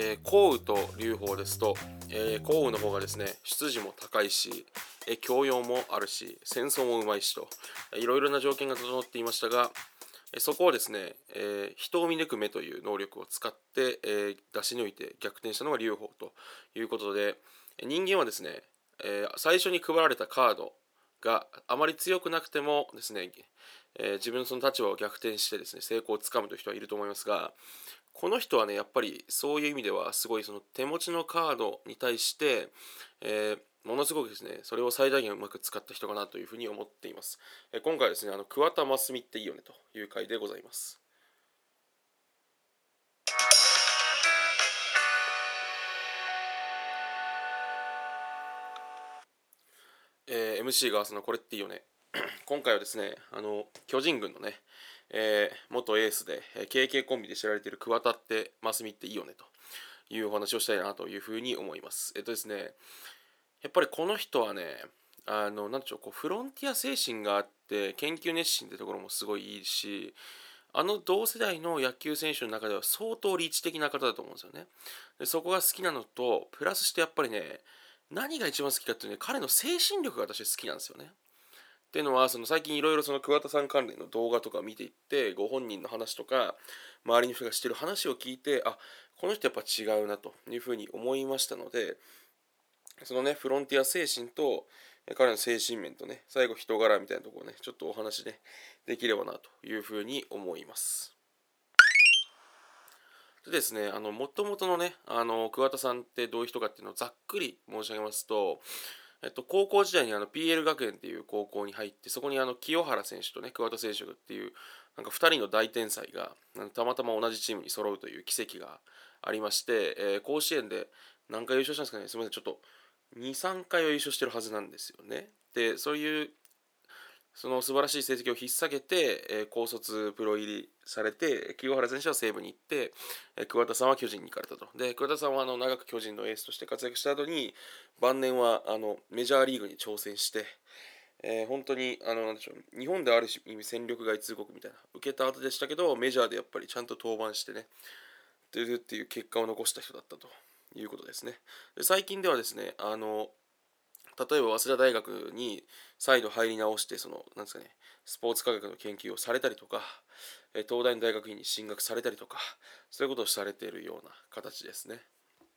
降雨と流峰ですと、降雨の方がですね、出自も高いし、教養もあるし、戦争もうまいしと、いろいろな条件が整っていましたが、そこをですね、人を見抜く目という能力を使って、出し抜いて逆転したのが劉邦ということで、人間はですね、最初に配られたカードがあまり強くなくてもですね、自分のその立場を逆転してですね、成功をつかむという人はいると思いますが、この人はね、やっぱりそういう意味ではすごいその手持ちのカードに対して、ものすごくですね、それを最大限うまく使った人かなというふうに思っています。今回はですね、桑田真澄っていいよねという回でございます。MC がそのこれっていいよね。今回はですね、巨人軍のね、元エースで、KK コンビで知られている桑田って真澄っていいよねというお話をしたいなというふうに思います。ですね、やっぱりこの人はね、なんでしょう、こうフロンティア精神があって研究熱心ってところもすごいいいし、同世代の野球選手の中では相当リーチ的な方だと思うんですよね。でそこが好きなのとプラスしてやっぱりね、何が一番好きかっていうね、彼の精神力が私好きなんですよね。っていうのは、その最近いろいろその桑田さん関連の動画とか見ていって、ご本人の話とか周りの人がしてる話を聞いて、あ、この人やっぱ違うなというふうに思いましたので、そのね、フロンティア精神と、彼の精神面とね、最後人柄みたいなところをね、ちょっとお話ね、できればなというふうに思います。でですね、もともとのね、桑田さんってどういう人かっていうのをざっくり申し上げますと、高校時代にPL 学園っていう高校に入って、そこに清原選手とね、桑田選手っていう、なんか2人の大天才がたまたま同じチームに揃うという奇跡がありまして、甲子園で何回優勝したんですかね、すみません、ちょっと2、3回は優勝してるはずなんですよね。で、そういうその素晴らしい成績を引っ提げて、高卒プロ入りされて、清原選手は西武に行って、桑田さんは巨人に行かれたと。で、桑田さんは長く巨人のエースとして活躍した後に、晩年はメジャーリーグに挑戦して、本当になんでしょう、日本である意味戦力外通告みたいな受けた後でしたけど、メジャーでやっぱりちゃんと登板してね、っていう結果を残した人だったということですね。で最近ではですね、例えば早稲田大学に再度入り直して、なんですかね、スポーツ科学の研究をされたりとか、東大の大学院に進学されたりとか、そういうことをされているような形ですね。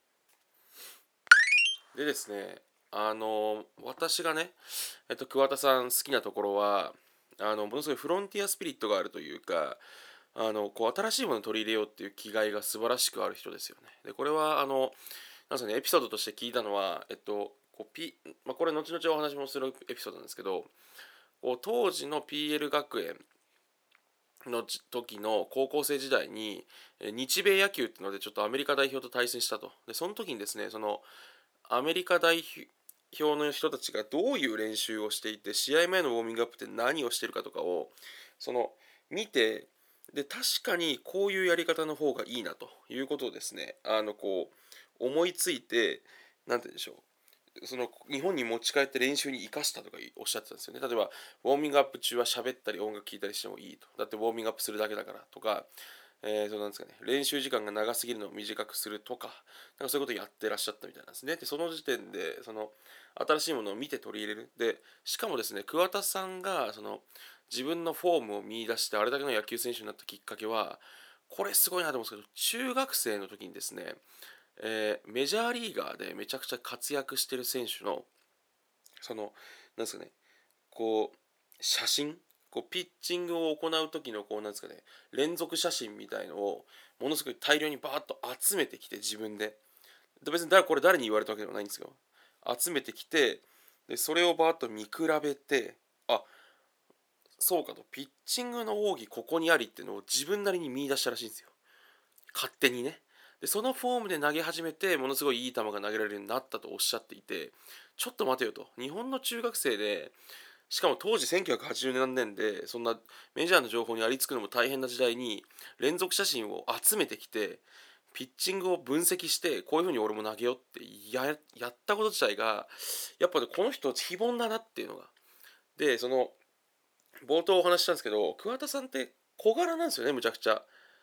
でですね、私がね、桑田さん好きなところは、ものすごいフロンティアスピリットがあるというか、こう新しいものを取り入れようっていう気概が素晴らしくある人ですよね。で、これはなんですかね、エピソードとして聞いたのは、これ後々お話もするエピソードなんですけど、こう当時の PL 学園の時の高校生時代に、日米野球っていうのでちょっとアメリカ代表と対戦したと。で、その時にですね、そのアメリカ代表の人たちがどういう練習をしていて、試合前のウォーミングアップって何をしてるかとかを、その見て、で、確かにこういうやり方の方がいいなということをですね、思いついて、なんて言うんでしょう。その日本に持ち帰って練習に生かしたとかおっしゃってたんですよね。例えば、ウォーミングアップ中は喋ったり音楽聴いたりしてもいいと。だってウォーミングアップするだけだからとか、そうなんですかね、練習時間が長すぎるのを短くするとか、なんかそういうことをやってらっしゃったみたいなんですね。で、その時点で、新しいものを見て取り入れる。で、しかもですね、桑田さんが、自分のフォームを見出して、あれだけの野球選手になったきっかけは、これすごいなと思うんですけど、中学生の時にですね、メジャーリーガーでめちゃくちゃ活躍してる選手の、なんですかね、こう、写真、こうピッチングを行う時のこうなんですかね、連続写真みたいのをものすごい大量にバーッと集めてきて、自分で別にこれ誰に言われたわけではないんですよ。集めてきて、でそれをバーッと見比べて、あ、そうかと、ピッチングの奥義ここにありっていうのを自分なりに見出したらしいんですよ。勝手にね。でそのフォームで投げ始めて、ものすごいいい球が投げられるようになったとおっしゃっていて、ちょっと待てよと、日本の中学生で、しかも当時1980年で、そんなメジャーの情報にありつくのも大変な時代に、連続写真を集めてきて、ピッチングを分析して、こういう風に俺も投げようってやったこと自体が、やっぱね、この人非凡だなっていうのが。で、冒頭お話ししたんですけど、桑田さんって小柄なんですよね、むちゃくちゃ。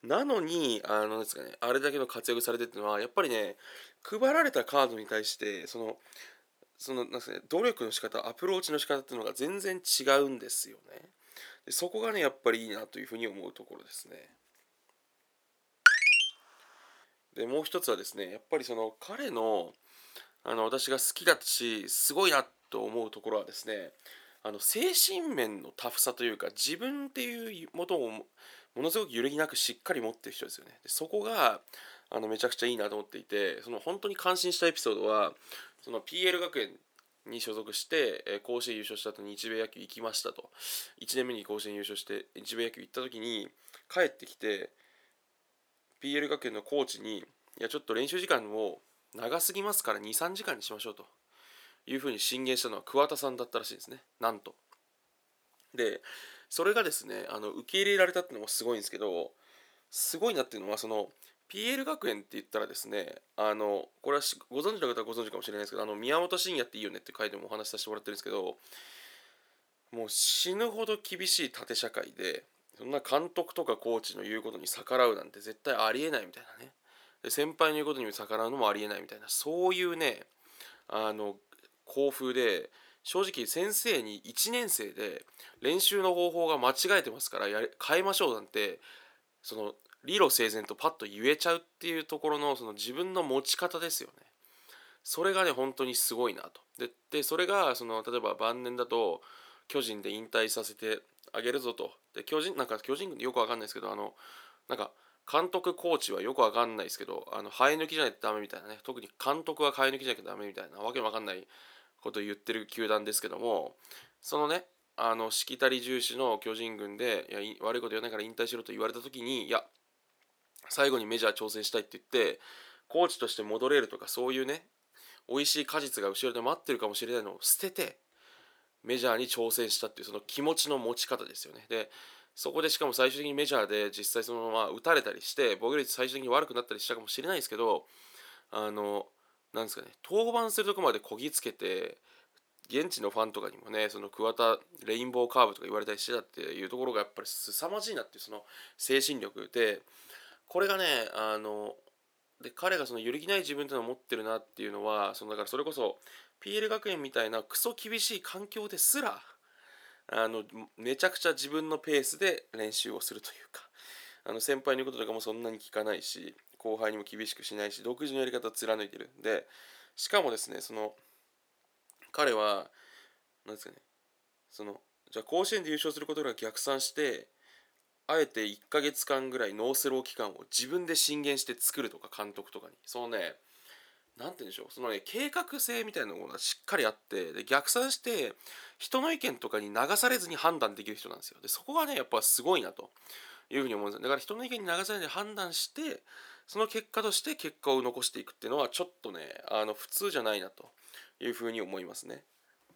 なのに、なんですかね、あれだけの活躍されてっていうのは、やっぱりね、配られたカードに対して、なんですかね、努力の仕方、アプローチの仕方っていうのが全然違うんですよね。で、そこがね、やっぱりいいなというふうに思うところですね。で、もう一つはですね、やっぱり彼の、私が好きだし、すごいなと思うところはですね、精神面のタフさというか、自分っていうものをものすごく揺るぎなくしっかり持ってる人ですよね。で、そこが、めちゃくちゃいいなと思っていて、本当に感心したエピソードは、PL 学園に所属して、甲子園優勝した後に日米野球行きましたと。1年目に甲子園優勝して、日米野球行った時に、帰ってきて、PL 学園のコーチに、いや、ちょっと練習時間を長すぎますから2、3時間にしましょうというふうに進言したのは桑田さんだったらしいんですね。なんと。で、それがですね、受け入れられたっていうのもすごいんですけど、すごいなっていうのは、PL 学園って言ったらですね、これはご存知の方はご存知かもしれないですけど、宮本慎也っていいよねって回でもお話しさせてもらってるんですけど、もう死ぬほど厳しい縦社会で、そんな監督とかコーチの言うことに逆らうなんて絶対ありえないみたいなね。で、先輩の言うことに逆らうのもありえないみたいな、そういうね、校風で、正直先生に1年生で練習の方法が間違えてますから変えましょうなんて、その理路整然とパッと言えちゃうっていうところの自分の持ち方ですよね。それがね、本当にすごいなと。で、それが例えば晩年だと巨人で引退させてあげるぞと。で、巨人軍でよくわかんないですけど、なんか監督コーチはよくわかんないですけど、生え抜きじゃないとダメみたいなね。特に監督は生え抜きじゃなきゃダメみたいなわけわかんないことを言ってる球団ですけども、そのね、しきたり重視の巨人軍で、悪いこと言わないから引退しろと言われた時に、いや、最後にメジャー挑戦したいって言って、コーチとして戻れるとか、そういうね、美味しい果実が後ろで待ってるかもしれないのを捨てて、メジャーに挑戦したっていうその気持ちの持ち方ですよね。で、そこでしかも最終的にメジャーで実際そのまま打たれたりして、防御率最終的に悪くなったりしたかもしれないですけど、あの、なんですかね、登板するとこまでこぎつけて、現地のファンとかにもね、桑田レインボーカーブとか言われたりしてたっていうところがやっぱり凄まじいなっていう精神力で、これがね、彼が揺るぎない自分というのを持ってるなっていうのは、だからそれこそ PL 学園みたいなクソ厳しい環境ですら、あの、めちゃくちゃ自分のペースで練習をするというか、先輩の言うこととかもそんなに聞かないし、後輩にも厳しくしないし、独自のやり方を貫いてる。で、しかもですね、彼は、なんですかね、その、じゃあ甲子園で優勝することが逆算して、あえて1ヶ月間ぐらいノースロー期間を自分で進言して作るとか監督とかに。なんて言うんでしょう、計画性みたいなものがしっかりあって、で、逆算して、人の意見とかに流されずに判断できる人なんですよ。で、そこがね、やっぱすごいなというふうに思うんですよ。だから人の意見に流されずに判断して、その結果として結果を残していくっていうのは、ちょっとね、普通じゃないなというふうに思いますね。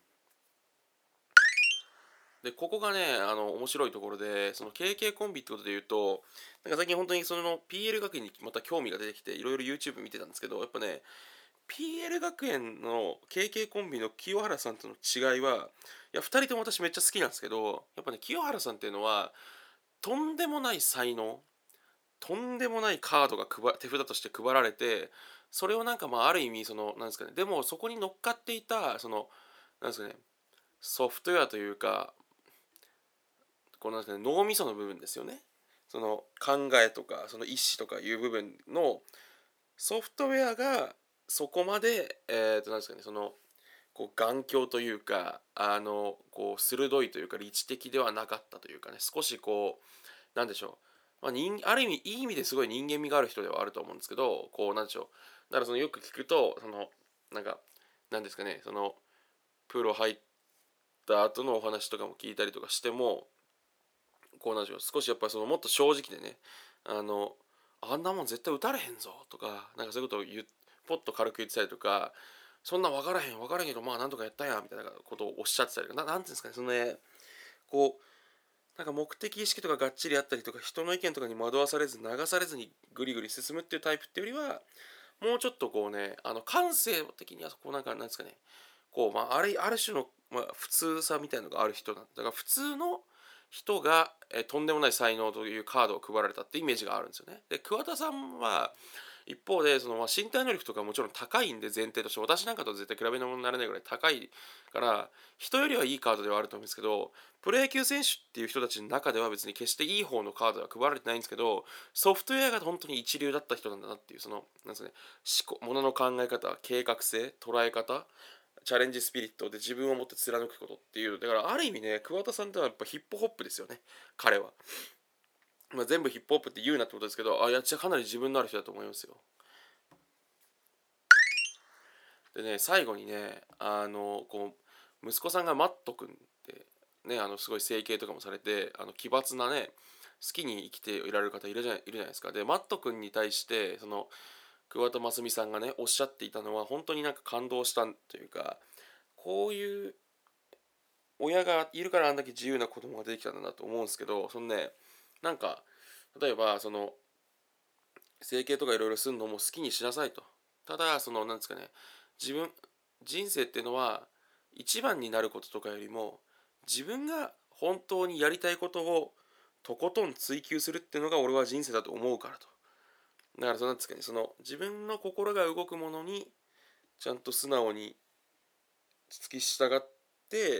で、ここがね、面白いところで、KK コンビってことで言うと、なんか最近本当にPL 学園にまた興味が出てきて、いろいろ YouTube 見てたんですけど、やっぱね、PL 学園の KK コンビの清原さんとの違いは、いや、2人とも私めっちゃ好きなんですけど、やっぱね、清原さんっていうのは、とんでもない才能、とんでもないカードが手札として配られて、それをなんかある意味、なんですかね、でもそこに乗っかっていた、なんですかね、ソフトウェアというか、このなんですかね、脳みその部分ですよね。その考えとか、その意思とかいう部分のソフトウェアがそこまで、なんですかね、眼鏡というか、鋭いというか、理知的ではなかったというかね、少しなんでしょう。ある意味、いい意味ですごい人間味がある人ではあると思うんですけど、なんでしょう。だからよく聞くと、なんか、なんですかね、プロ入った後のお話とかも聞いたりとかしても、なんでしょう、少しやっぱりもっと正直でね、あの、あんなもん絶対打たれへんぞとか、なんかそういうことをポッと軽く言ってたりとか、そんなん分からへんけど、まあなんとかやったやんみたいなことをおっしゃってたりとか、なんていうんですかね、こう、なんか目的意識とかがっちりあったりとか、人の意見とかに惑わされず、流されずにぐりぐり進むっていうタイプっていうよりは、もうちょっと感性的にはなんですかね、ある種の、普通さみたいなのがある人なんだ。だから普通の人が、とんでもない才能というカードを配られたってイメージがあるんですよね。で、桑田さんは一方で身体能力とかもちろん高いんで、前提として私なんかと絶対比べ物にならないぐらい高いから人よりはいいカードではあると思うんですけど、プロ野球選手っていう人たちの中では別に決していい方のカードは配られてないんですけど、ソフトウェアが本当に一流だった人なんだなっていう、なんですかね、思考、ものの考え方、計画性、捉え方、チャレンジスピリットで自分を持って貫くことっていう、だからある意味ね、桑田さんってのはやっぱヒップホップですよね、彼は。全部ヒップホップって言うなってことですけど、いや、かなり自分のある人だと思いますよ。でね、最後にね、息子さんがマット君ってね、すごい整形とかもされて、奇抜なね、好きに生きていられる方いるじゃないですか。で、マット君に対して、桑田真澄さんがね、おっしゃっていたのは、本当になんか感動したというか、こういう親がいるからあんだけ自由な子供が出てきたんだなと思うんですけど、なんか、例えば、整形とかいろいろするのも好きにしなさいと。ただ、なんですかね、自分、人生っていうのは、一番になることとかよりも、自分が本当にやりたいことをとことん追求するっていうのが俺は人生だと思うからと。だから、なんですかね、自分の心が動くものに、ちゃんと素直に付き従って、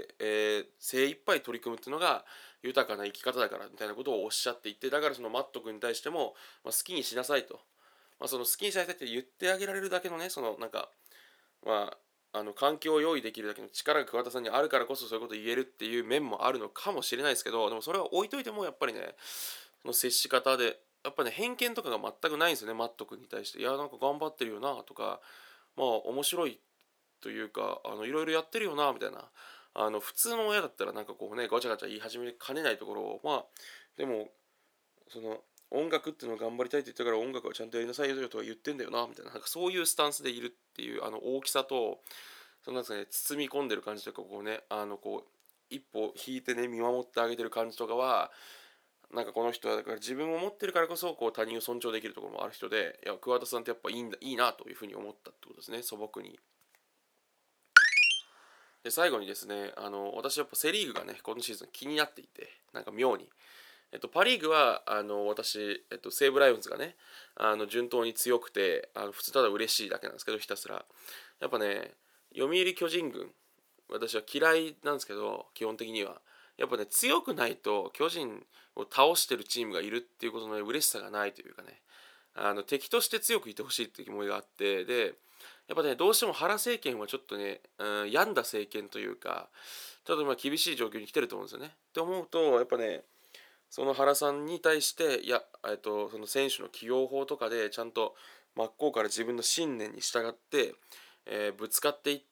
精一杯取り組むっていうのが豊かな生き方だからみたいなことをおっしゃっていて、だからマット君に対しても、好きにしなさいと。好きにしなさいって言ってあげられるだけのね、ま環境を用意できるだけの力が桑田さんにあるからこそそういうことを言えるっていう面もあるのかもしれないですけど、でもそれは置いといてもやっぱりね、その接し方で、やっぱね、偏見とかが全くないんですよね、マット君に対して。いや、なんか頑張ってるよなとか、面白いというか、いろいろやってるよなみたいな。普通の親だったらなんかこうね、ガチャガチャ言い始めかねないところを、でも、その、音楽っていうのを頑張りたいって言ったから音楽はちゃんとやりなさいよとは言ってんだよなみたいな、なんかそういうスタンスでいるっていう大きさと、なんですかね、包み込んでる感じとか、こうね、一歩引いてね、見守ってあげてる感じとかは、なんかこの人はだから自分を持ってるからこそ他人を尊重できるところもある人で、いや、桑田さんってやっぱいいなというふうに思ったってことですね、素朴に。で、最後にですね、私やっぱセ・リーグがね、今シーズン気になっていて、なんか妙に。パ・リーグは、私、西武ライオンズがね、順当に強くて、普通ただ嬉しいだけなんですけど、ひたすら。やっぱね、読売巨人軍、私は嫌いなんですけど、基本的には。やっぱね、強くないと巨人を倒してるチームがいるっていうことの、ね、嬉しさがないというかね、敵として強くいてほしいっていう思いがあって、で、やっぱね、どうしても原政権はちょっとね、病んだ政権というか、ちょっと今厳しい状況に来てると思うんですよね。って思うと、やっぱね、その原さんに対して、いや、その選手の起用法とかで、ちゃんと真っ向から自分の信念に従って、ぶつかっていって、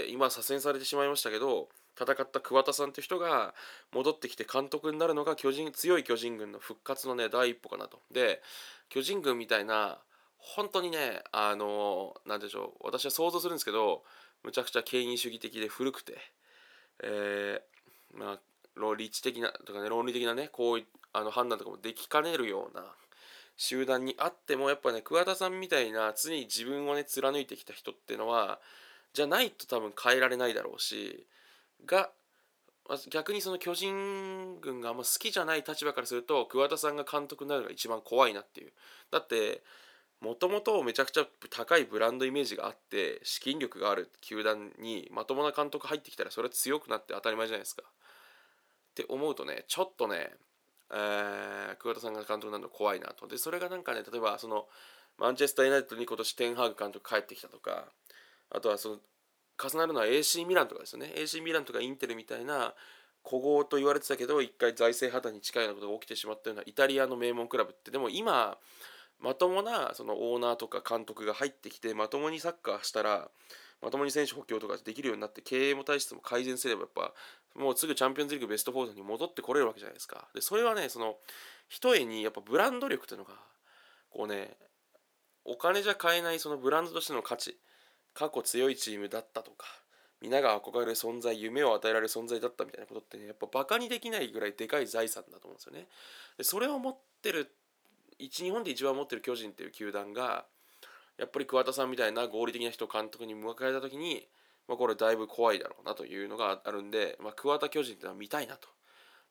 今左遷されてしまいましたけど、戦った桑田さんという人が戻ってきて監督になるのが強い巨人軍の復活のね、第一歩かなと。で、巨人軍みたいな、本当にね、なんでしょう、私は想像するんですけど、むちゃくちゃ権威主義的で古くて、え理知的なとかね、論理的なね、こういう判断とかもできかねるような集団にあっても、やっぱね、桑田さんみたいな常に自分をね、貫いてきた人っていうのは、じゃないと多分変えられないだろうし、が、逆にその巨人軍があんま好きじゃない立場からすると、桑田さんが監督になるのが一番怖いなっていう。だって、もともとめちゃくちゃ高いブランドイメージがあって、資金力がある球団にまともな監督入ってきたら、それは強くなって当たり前じゃないですか。って思うとね、ちょっとね、桑田さんが監督になるの怖いなと。で、それがなんかね、例えばマンチェスター・ユナイテッドに今年テンハーグ監督帰ってきたとか、あとは重なるのは AC ミランとかですよね。AC ミランとかインテルみたいな古豪と言われてたけど、一回財政破綻に近いようなことが起きてしまったようなイタリアの名門クラブって、でも今、まともなそのオーナーとか監督が入ってきて、まともにサッカーしたら、まともに選手補強とかできるようになって、経営も体質も改善すれば、やっぱもうすぐチャンピオンズリーグベスト4に戻ってこれるわけじゃないですか。で、それはね、一重にやっぱブランド力というのが、こうね、お金じゃ買えないそのブランドとしての価値、過去強いチームだったとか、皆が憧れる存在、夢を与えられる存在だったみたいなことってね、やっぱバカにできないぐらいでかい財産だと思うんですよね。で、それを持ってる、日本で一番持ってる巨人っていう球団が、やっぱり桑田さんみたいな合理的な人を監督に迎えたときに、これだいぶ怖いだろうなというのがあるんで、桑田巨人ってのは見たいなと。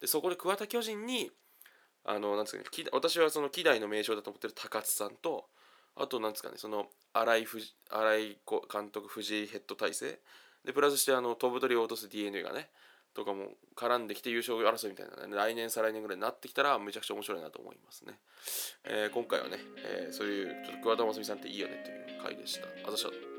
でそこで桑田巨人になんですかね、私はその希代の名将だと思ってる高津さんと、あとなんですかね、その新井監督、藤井ヘッド体制で、プラスして飛ぶ鳥を落とす DNA がねとかも絡んできて優勝争いみたいなね、来年再来年ぐらいになってきたらめちゃくちゃ面白いなと思いますね。今回はね、そういうちょっと桑田真澄さんっていいよねという回でした。あざした。